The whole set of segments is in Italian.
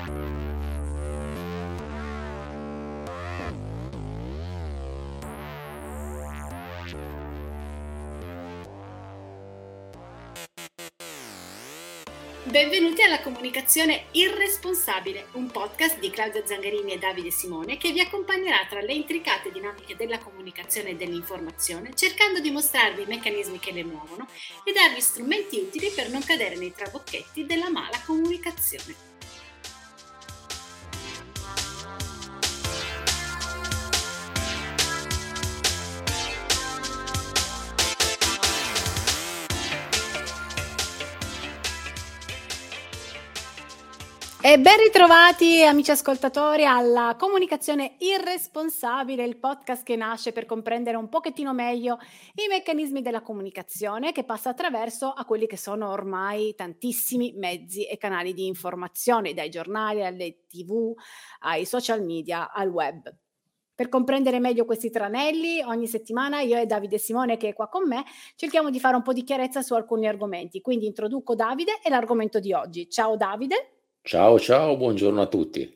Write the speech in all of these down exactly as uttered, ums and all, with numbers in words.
Benvenuti alla Comunicazione Irresponsabile, un podcast di Claudia Zangarini e Davide Simone che vi accompagnerà tra le intricate dinamiche della comunicazione e dell'informazione, cercando di mostrarvi i meccanismi che le muovono e darvi strumenti utili per non cadere nei trabocchetti della mala comunicazione. E ben ritrovati amici ascoltatori alla Comunicazione Irresponsabile, il podcast che nasce per comprendere un pochettino meglio i meccanismi della comunicazione che passa attraverso a quelli che sono ormai tantissimi mezzi e canali di informazione, dai giornali alle tivù, ai social media, al web. Per comprendere meglio questi tranelli, ogni settimana io e Davide Simone, che è qua con me, cerchiamo di fare un po' di chiarezza su alcuni argomenti. Quindi introduco Davide e l'argomento di oggi. Ciao Davide. Ciao, ciao, buongiorno a tutti.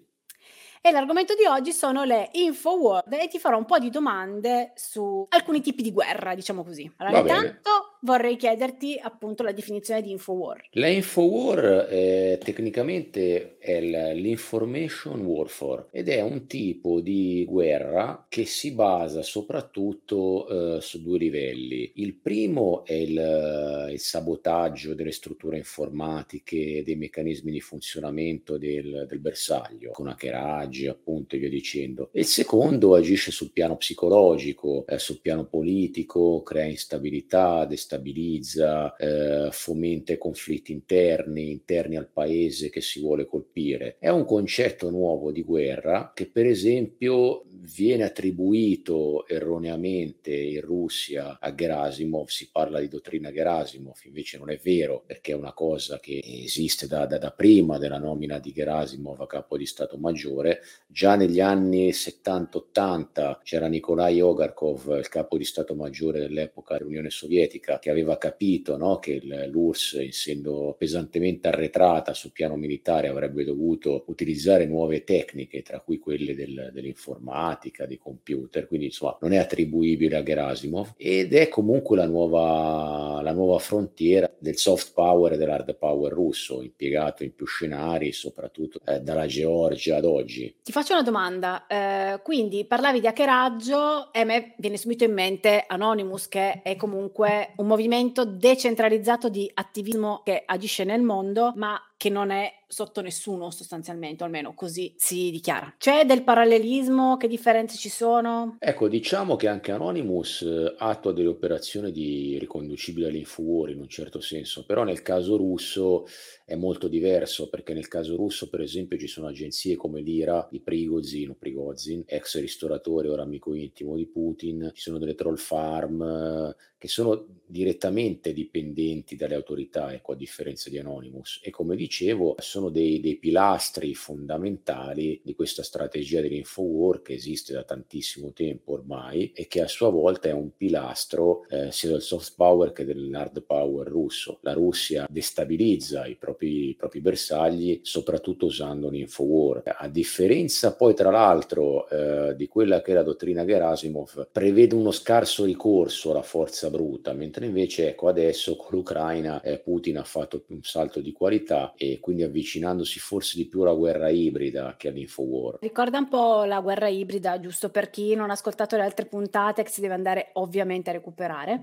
E l'argomento di oggi sono le InfoWars e ti farò un po' di domande su alcuni tipi di guerra, diciamo così. Allora, Va bene. intanto vorrei chiederti appunto la definizione di InfoWar. La Infowar eh, tecnicamente è l- l'information warfare ed è un tipo di guerra che si basa soprattutto eh, su due livelli. Il primo è il, il sabotaggio delle strutture informatiche, dei meccanismi di funzionamento del, del bersaglio, con hackeraggi appunto e via dicendo. E il secondo agisce sul piano psicologico, eh, sul piano politico, crea instabilità, destabilizza, eh, fomenta conflitti interni, interni al paese che si vuole colpire. È un concetto nuovo di guerra che per esempio viene attribuito erroneamente in Russia a Gerasimov, si parla di dottrina Gerasimov, invece non è vero perché è una cosa che esiste da, da, da prima della nomina di Gerasimov a capo di Stato Maggiore. Già negli anni settanta ottanta c'era Nikolai Ogarkov, il capo di Stato Maggiore dell'epoca dell'Unione Sovietica, che aveva capito, no, che l'U R S S, essendo pesantemente arretrata sul piano militare, avrebbe dovuto utilizzare nuove tecniche, tra cui quelle del, dell'informatica, dei computer, quindi insomma non è attribuibile a Gerasimov ed è comunque la nuova, la nuova frontiera del soft power e dell'hard power russo, impiegato in più scenari, soprattutto eh, dalla Georgia ad oggi. Ti faccio una domanda, eh, quindi parlavi di hackeraggio e a me viene subito in mente Anonymous, che è comunque un movimento decentralizzato di attivismo che agisce nel mondo, ma che non è sotto nessuno sostanzialmente, o almeno così si dichiara. C'è del parallelismo? Che differenze ci sono? Ecco, diciamo che anche Anonymous eh, attua delle operazioni di riconducibili all'Infowar in un certo senso, però nel caso russo è molto diverso, perché nel caso russo, per esempio, ci sono agenzie come l'I R A di Prigozhin, o Prigozhin, ex ristoratore, ora amico intimo di Putin, ci sono delle troll farm eh, che sono direttamente dipendenti dalle autorità, ecco, a differenza di Anonymous. E come dicevo, sono dei, dei pilastri fondamentali di questa strategia dell'Infowar che esiste da tantissimo tempo ormai e che a sua volta è un pilastro eh, sia del soft power che dell'hard power russo. La Russia destabilizza i propri, i propri bersagli soprattutto usando l'Infowar. A differenza poi tra l'altro eh, di quella che è la dottrina Gerasimov, prevede uno scarso ricorso alla forza bruta, mentre invece ecco adesso con l'Ucraina eh, Putin ha fatto un salto di qualità e quindi avvicinandosi forse di più alla guerra ibrida che all'Infowar. Ricorda un po' la guerra ibrida, giusto per chi non ha ascoltato le altre puntate, che si deve andare ovviamente a recuperare.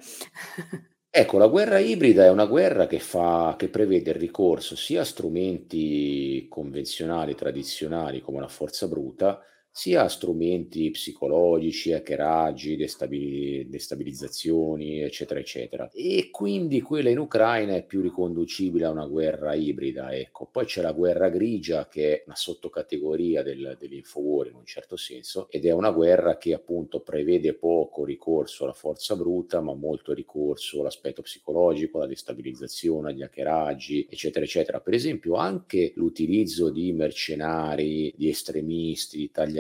Ecco, la guerra ibrida è una guerra che fa, che prevede il ricorso sia a strumenti convenzionali, tradizionali come la forza bruta, sia a strumenti psicologici, hackeraggi, destabi- destabilizzazioni, eccetera, eccetera. E quindi quella in Ucraina è più riconducibile a una guerra ibrida, ecco. Poi c'è la guerra grigia, che è una sottocategoria del, dell'Infowar in un certo senso, ed è una guerra che appunto prevede poco ricorso alla forza bruta, ma molto ricorso all'aspetto psicologico, alla destabilizzazione, agli hackeraggi, eccetera, eccetera. Per esempio anche l'utilizzo di mercenari, di estremisti, di tagliagole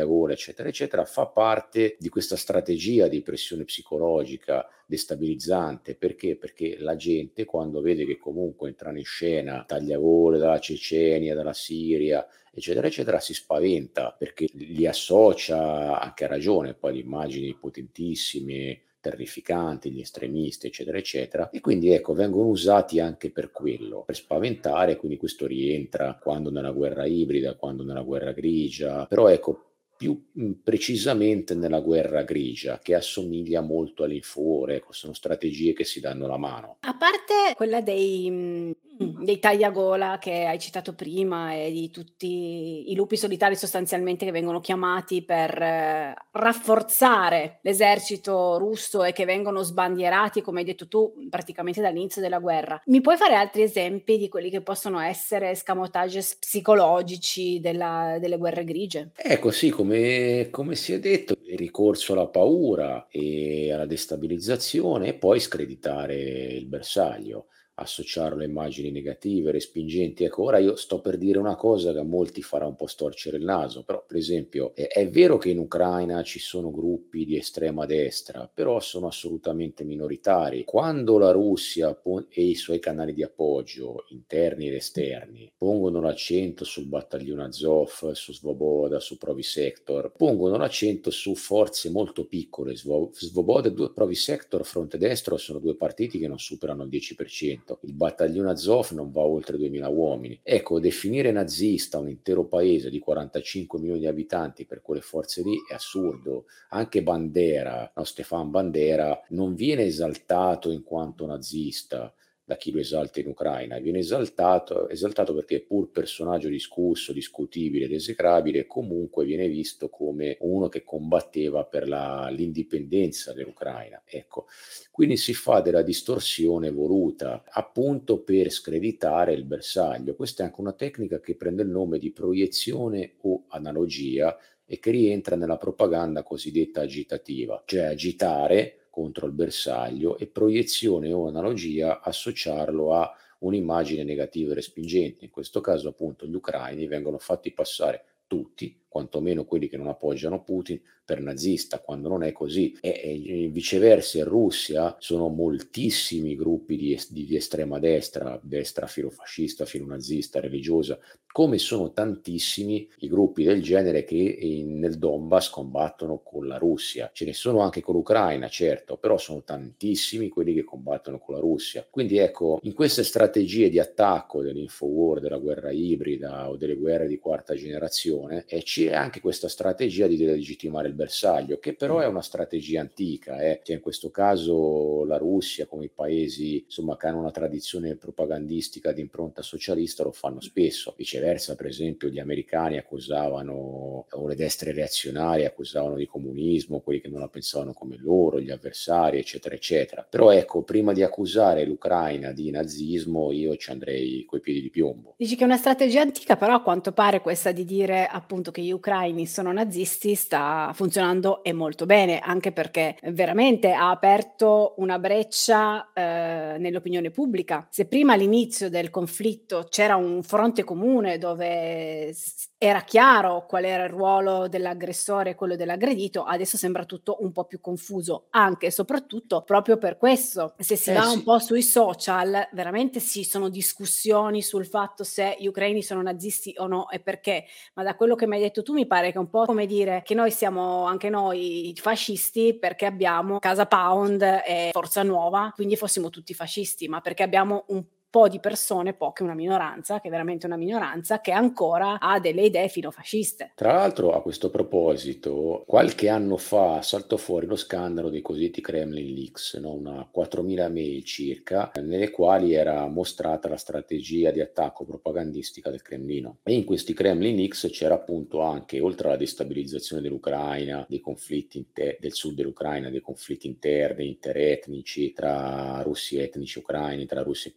tagliagola, eccetera, eccetera, fa parte di questa strategia di pressione psicologica destabilizzante. Perché? Perché la gente, quando vede che comunque entrano in scena tagliagole dalla Cecenia, dalla Siria, eccetera, eccetera, si spaventa perché li associa, anche a ragione, poi ad immagini potentissime, terrificanti, gli estremisti, eccetera, eccetera, e quindi ecco, vengono usati anche per quello, per spaventare. Quindi questo rientra quando nella guerra ibrida, quando nella guerra grigia, però ecco, più mh, precisamente nella guerra grigia, che assomiglia molto all'Infowar. Ecco, sono strategie che si danno la mano. A parte quella dei mhmm, dei tagliagola che hai citato prima e di tutti i lupi solitari sostanzialmente che vengono chiamati per eh, rafforzare l'esercito russo e che vengono sbandierati, come hai detto tu, praticamente dall'inizio della guerra. Mi puoi fare altri esempi di quelli che possono essere escamotages psicologici della delle guerre grigie? Ecco sì, come come si è detto, il ricorso alla paura e alla destabilizzazione e poi screditare il bersaglio, associarlo a immagini negative, respingenti. Ecco, ora io sto per dire una cosa che a molti farà un po' storcere il naso, però per esempio è è vero che in Ucraina ci sono gruppi di estrema destra, però sono assolutamente minoritari. Quando la Russia pon e i suoi canali di appoggio, interni ed esterni, pongono l'accento sul battaglione Azov, su Svoboda, su Provi Sector, pongono l'accento su forze molto piccole. Svo Svoboda e due Provi Sector, fronte destro, sono due partiti che non superano il dieci per cento. Il battaglione Azov non va oltre duemila uomini. Ecco, definire nazista un intero paese di quarantacinque milioni di abitanti per quelle forze lì è assurdo. Anche Bandera, no, Stefan Bandera, non viene esaltato in quanto nazista da chi lo esalta in Ucraina, viene esaltato, esaltato perché, pur personaggio discusso, discutibile ed esecrabile, comunque viene visto come uno che combatteva per la, l'indipendenza dell'Ucraina. Ecco, quindi si fa della distorsione voluta appunto per screditare il bersaglio. Questa è anche una tecnica che prende il nome di proiezione o analogia e che rientra nella propaganda cosiddetta agitativa, cioè agitare contro il bersaglio e proiezione o analogia associarlo a un'immagine negativa e respingente. In questo caso appunto gli ucraini vengono fatti passare tutti, quantomeno quelli che non appoggiano Putin, per nazista, quando non è così. E, e viceversa in Russia sono moltissimi gruppi di, es- di estrema destra, destra filofascista, filonazista, religiosa, come sono tantissimi i gruppi del genere che in- nel Donbass combattono con la Russia. Ce ne sono anche con l'Ucraina, certo, però sono tantissimi quelli che combattono con la Russia. Quindi ecco, in queste strategie di attacco dell'Infowar, della guerra ibrida o delle guerre di quarta generazione, e c'è anche questa strategia di delegittimare il bersaglio, che però è una strategia antica, eh. Cioè in questo caso la Russia, come i paesi insomma che hanno una tradizione propagandistica di impronta socialista, lo fanno spesso. Viceversa, per esempio, gli americani accusavano, o le destre reazionarie accusavano di comunismo quelli che non la pensavano come loro, gli avversari, eccetera, eccetera. Però ecco, prima di accusare l'Ucraina di nazismo, io ci andrei coi piedi di piombo. Dici che è una strategia antica, però a quanto pare questa di dire appunto che gli ucraini sono nazisti sta funzionando e molto bene, anche perché veramente ha aperto una breccia eh, nell'opinione pubblica. Se prima all'inizio del conflitto c'era un fronte comune dove s- era chiaro qual era il ruolo dell'aggressore e quello dell'aggredito, adesso sembra tutto un po' più confuso, anche e soprattutto proprio per questo. Se si Eh va un sì. po' sui social, veramente ci sono discussioni sul fatto se gli ucraini sono nazisti o no e perché, ma da quello che mi hai detto tu mi pare che è un po' come dire che noi siamo anche noi fascisti perché abbiamo Casa Pound e Forza Nuova, quindi fossimo tutti fascisti, ma perché abbiamo un po' di persone, poche, una minoranza, che è veramente una minoranza, che ancora ha delle idee filofasciste. Tra l'altro, a questo proposito, qualche anno fa saltò fuori lo scandalo dei cosiddetti Kremlin Leaks, no? Una quattromila mail circa, nelle quali era mostrata la strategia di attacco propagandistica del Cremlino. E in questi Kremlin Leaks c'era appunto anche, oltre alla destabilizzazione dell'Ucraina, dei conflitti inter- del sud dell'Ucraina, dei conflitti interni, interetnici, tra russi etnici ucraini, tra russi e polacchi,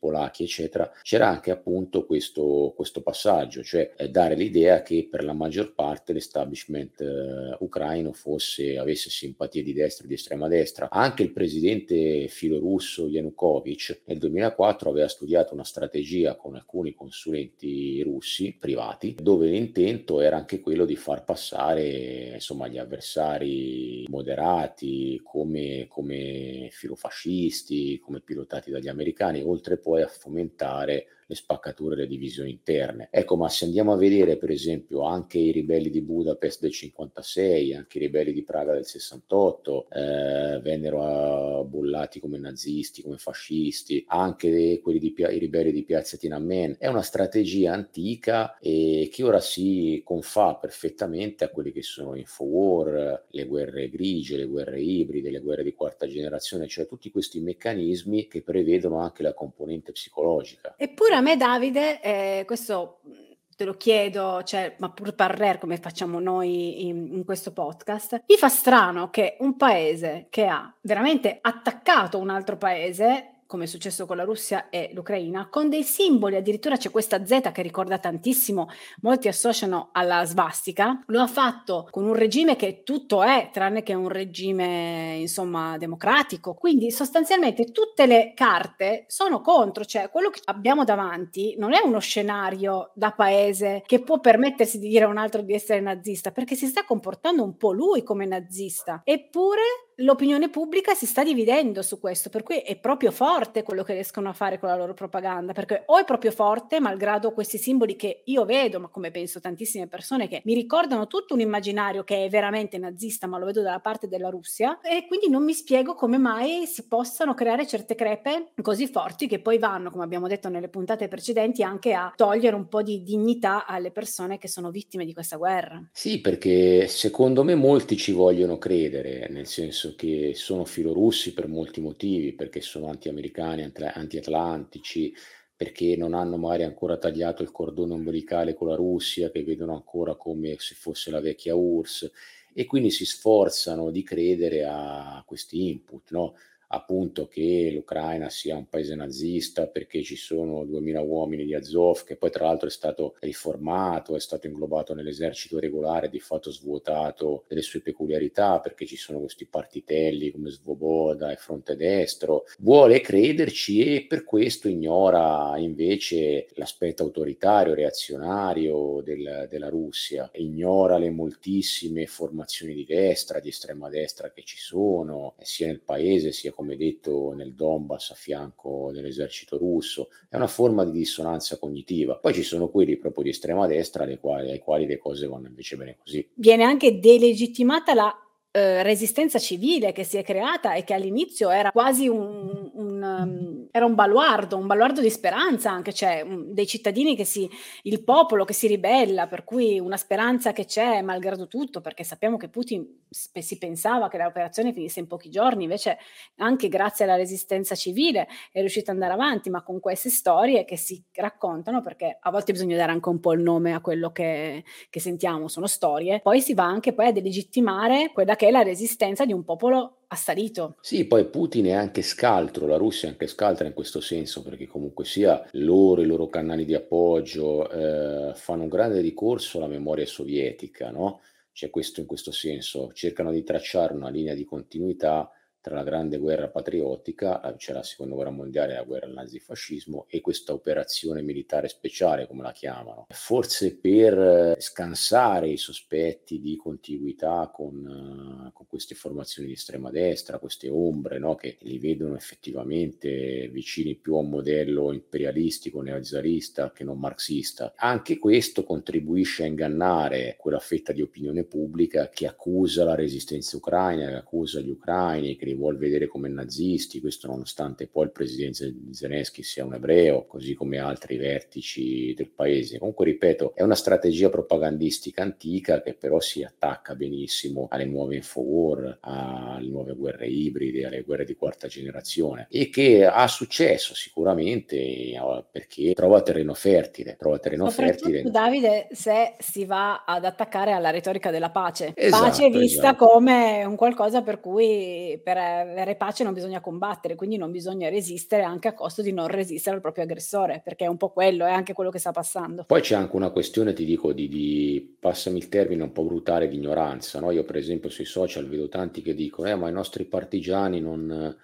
attacchi, eccetera, c'era anche appunto questo, questo passaggio, cioè eh, dare l'idea che per la maggior parte l'establishment eh, ucraino fosse, avesse simpatie di destra e di estrema destra. Anche il presidente filorusso Yanukovych nel duemilaquattro aveva studiato una strategia con alcuni consulenti russi privati, dove l'intento era anche quello di far passare insomma gli avversari moderati come, come filofascisti, come pilotati dagli americani, oltre poi a fomentare le spaccature e le divisioni interne. Ecco, ma se andiamo a vedere per esempio anche i ribelli di Budapest del cinquantasei, anche i ribelli di Praga del sessantotto, eh, vennero bollati come nazisti, come fascisti, anche quelli di i ribelli di piazza Tiananmen. È una strategia antica e che ora si confà perfettamente a quelli che sono Infowar, le guerre grigie, le guerre ibride, le guerre di quarta generazione, cioè tutti questi meccanismi che prevedono anche la componente psicologica. Eppure a me Davide, eh, questo te lo chiedo, cioè, ma pur parler come facciamo noi in, in questo podcast, mi fa strano che un paese che ha veramente attaccato un altro paese, come è successo con la Russia e l'Ucraina, con dei simboli, addirittura c'è questa Z che ricorda tantissimo, molti associano alla svastica, lo ha fatto con un regime che tutto è, tranne che un regime, insomma, democratico. Quindi sostanzialmente tutte le carte sono contro, cioè quello che abbiamo davanti non è uno scenario da paese che può permettersi di dire a un altro di essere nazista, perché si sta comportando un po' lui come nazista. Eppure l'opinione pubblica si sta dividendo su questo, per cui è proprio forte quello che riescono a fare con la loro propaganda, perché o è proprio forte, malgrado questi simboli che io vedo, ma come penso tantissime persone, che mi ricordano tutto un immaginario che è veramente nazista, ma lo vedo dalla parte della Russia, e quindi non mi spiego come mai si possano creare certe crepe così forti che poi vanno, come abbiamo detto nelle puntate precedenti, anche a togliere un po' di dignità alle persone che sono vittime di questa guerra. Sì, perché secondo me molti ci vogliono credere, nel senso che sono filorussi per molti motivi, perché sono anti-americani, anti- anti-atlantici, perché non hanno magari ancora tagliato il cordone ombelicale con la Russia, che vedono ancora come se fosse la vecchia U R S S, e quindi si sforzano di credere a questi input, no? Appunto che l'Ucraina sia un paese nazista perché ci sono duemila uomini di Azov, che poi tra l'altro è stato riformato, è stato inglobato nell'esercito regolare, di fatto svuotato delle sue peculiarità perché ci sono questi partitelli come Svoboda e Fronte Destro. Vuole crederci e per questo ignora invece l'aspetto autoritario, reazionario del, della Russia, ignora le moltissime formazioni di destra, di estrema destra che ci sono, sia nel paese sia come come detto nel Donbass a fianco dell'esercito russo. È una forma di dissonanza cognitiva. Poi ci sono quelli proprio di estrema destra ai quali, ai quali le cose vanno invece bene così. Viene anche delegittimata la eh, resistenza civile che si è creata e che all'inizio era quasi un, un, um, era un baluardo, un baluardo di speranza anche, cioè um, dei cittadini che si, il popolo che si ribella, per cui una speranza che c'è malgrado tutto, perché sappiamo che Putin si, si pensava che l'operazione finisse in pochi giorni, invece anche grazie alla resistenza civile è riuscita ad andare avanti, ma con queste storie che si raccontano, perché a volte bisogna dare anche un po' il nome a quello che, che sentiamo, sono storie, poi si va anche poi a delegittimare quella che è la resistenza di un popolo assalito. Sì, poi Putin è anche scaltro, la Russia è anche scaltra in questo senso, perché comunque sia loro, i loro canali di appoggio eh, fanno un grande ricorso alla memoria sovietica, no? C'è questo in questo senso, cercano di tracciare una linea di continuità tra la grande guerra patriottica, cioè la seconda guerra mondiale, la guerra al nazifascismo, e questa operazione militare speciale, come la chiamano, forse per scansare i sospetti di contiguità con, uh, con queste formazioni di estrema destra, queste ombre, no, che li vedono effettivamente vicini più a un modello imperialistico, neozarista che non marxista. Anche questo contribuisce a ingannare quella fetta di opinione pubblica che accusa la resistenza ucraina, che accusa gli ucraini, che li vuol vedere come nazisti, questo nonostante poi il presidente Zelensky sia un ebreo, così come altri vertici del paese. Comunque, ripeto, è una strategia propagandistica antica che però si attacca benissimo alle nuove Infowar, alle nuove guerre ibride, alle guerre di quarta generazione, e che ha successo sicuramente perché trova terreno fertile, trova terreno Soprattutto, fertile. Davide, se si va ad attaccare alla retorica della pace. Esatto, pace vista esatto. come un qualcosa per cui per avere pace non bisogna combattere, quindi non bisogna resistere anche a costo di non resistere al proprio aggressore, perché è un po' quello, è anche quello che sta passando. Poi c'è anche una questione, ti dico, di di passami il termine un po' brutale, di ignoranza, no, io per esempio sui social vedo tanti che dicono: "Eh, ma i nostri partigiani non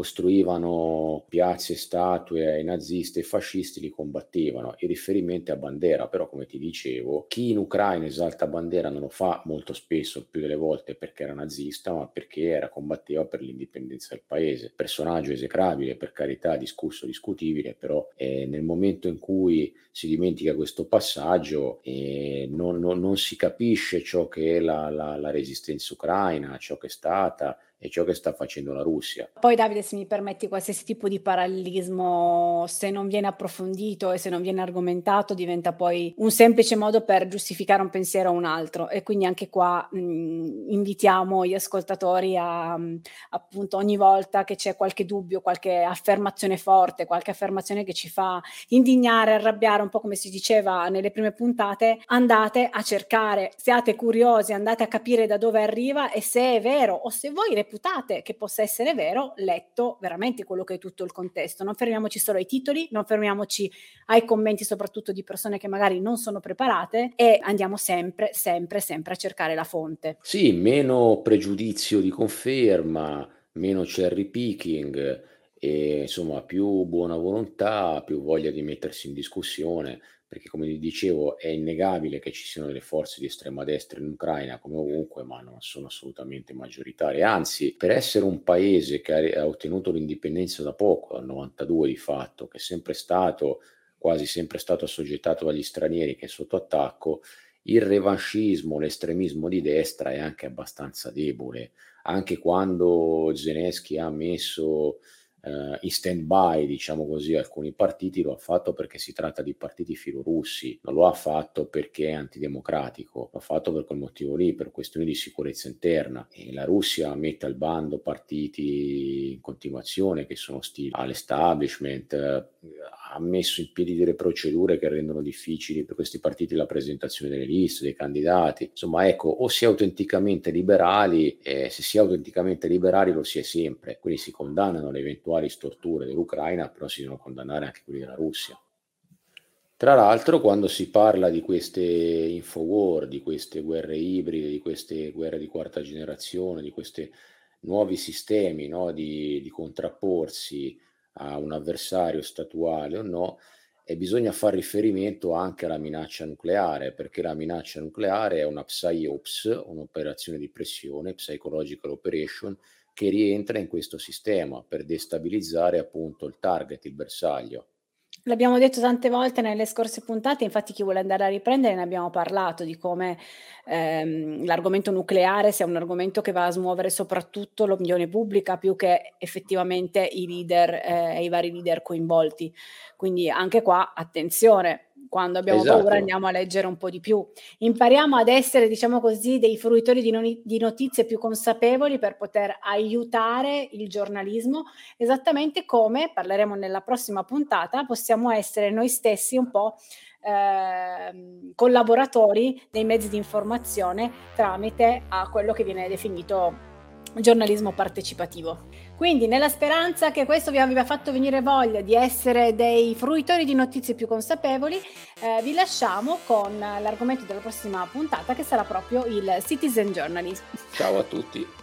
costruivano piazze e statue ai nazisti e fascisti, li combattevano." Il riferimento è a Bandera, però come ti dicevo, chi in Ucraina esalta Bandera non lo fa molto spesso, il più delle volte perché era nazista, ma perché era combatteva per l'indipendenza del paese. Personaggio esecrabile, per carità, discusso, discutibile, però, ehm, nel momento in cui si dimentica questo passaggio, ehm, non non non si capisce ciò che è la la la resistenza ucraina, ciò che è stata e ciò che sta facendo la Russia. Poi Davide, se mi permetti, qualsiasi tipo di parallelismo, se non viene approfondito e se non viene argomentato, diventa poi un semplice modo per giustificare un pensiero a un altro, e quindi anche qua, mhmm, invitiamo gli ascoltatori a mhmm, appunto ogni volta che c'è qualche dubbio, qualche affermazione forte, qualche affermazione che ci fa indignare, arrabbiare, un po' come si diceva nelle prime puntate, andate a cercare, siate curiosi, andate a capire da dove arriva e se è vero o se voi reputate che possa essere vero, letto veramente quello che è tutto il contesto. Non fermiamoci solo ai titoli, non fermiamoci ai commenti soprattutto di persone che magari non sono preparate, e andiamo sempre, sempre, sempre a cercare la fonte. Sì, meno pregiudizio di conferma, meno cherry picking e insomma più buona volontà, più voglia di mettersi in discussione, perché come ti dicevo è innegabile che ci siano delle forze di estrema destra in Ucraina come ovunque, ma non sono assolutamente maggioritarie. Anzi, per essere un paese che ha ha ottenuto l'indipendenza da poco, dal novantadue di fatto, che è sempre stato quasi sempre stato assoggettato dagli stranieri, che è sotto attacco, il revanscismo, l'estremismo di destra è anche abbastanza debole. Anche quando Zelensky ha messo, ehm, in stand-by, diciamo così, alcuni partiti, lo ha fatto perché si tratta di partiti filorussi, non lo ha fatto perché è antidemocratico, l'ha fatto per quel motivo lì, per questioni di sicurezza interna. E la Russia mette al bando partiti in continuazione che sono ostili all'establishment, eh, ha messo in piedi delle procedure che rendono difficili per questi partiti la presentazione delle liste, dei candidati. Insomma, ecco, o si è autenticamente liberali, e se si è autenticamente liberali lo si è sempre, quindi si condannano le eventuali storture dell'Ucraina, però si devono condannare anche quelli della Russia. Tra l'altro, quando si parla di queste infowar, di queste guerre ibride, di queste guerre di quarta generazione, di questi nuovi sistemi, no, di, di contrapporsi a un avversario statuale o no, e bisogna far riferimento anche alla minaccia nucleare, perché la minaccia nucleare è una PSYOPS, un'operazione di pressione, psychological operation, che rientra in questo sistema per destabilizzare appunto il target, il bersaglio. L'abbiamo detto tante volte nelle scorse puntate, infatti chi vuole andare a riprendere ne abbiamo parlato di come, ehm, l'argomento nucleare sia un argomento che va a smuovere soprattutto l'opinione pubblica più che effettivamente i leader, ehm, e i vari leader coinvolti. Quindi anche qua attenzione, quando abbiamo paura Esatto. andiamo a leggere un po' di più. Impariamo ad essere, diciamo così, dei fruitori di noni di notizie più consapevoli per poter aiutare il giornalismo, esattamente come, parleremo nella prossima puntata, possiamo essere noi stessi un po', ehm, collaboratori dei mezzi di informazione tramite a quello che viene definito giornalismo partecipativo. Quindi, nella speranza che questo vi abbia fatto venire voglia di essere dei fruitori di notizie più consapevoli, eh, vi lasciamo con l'argomento della prossima puntata, che sarà proprio il citizen journalism. Ciao a tutti.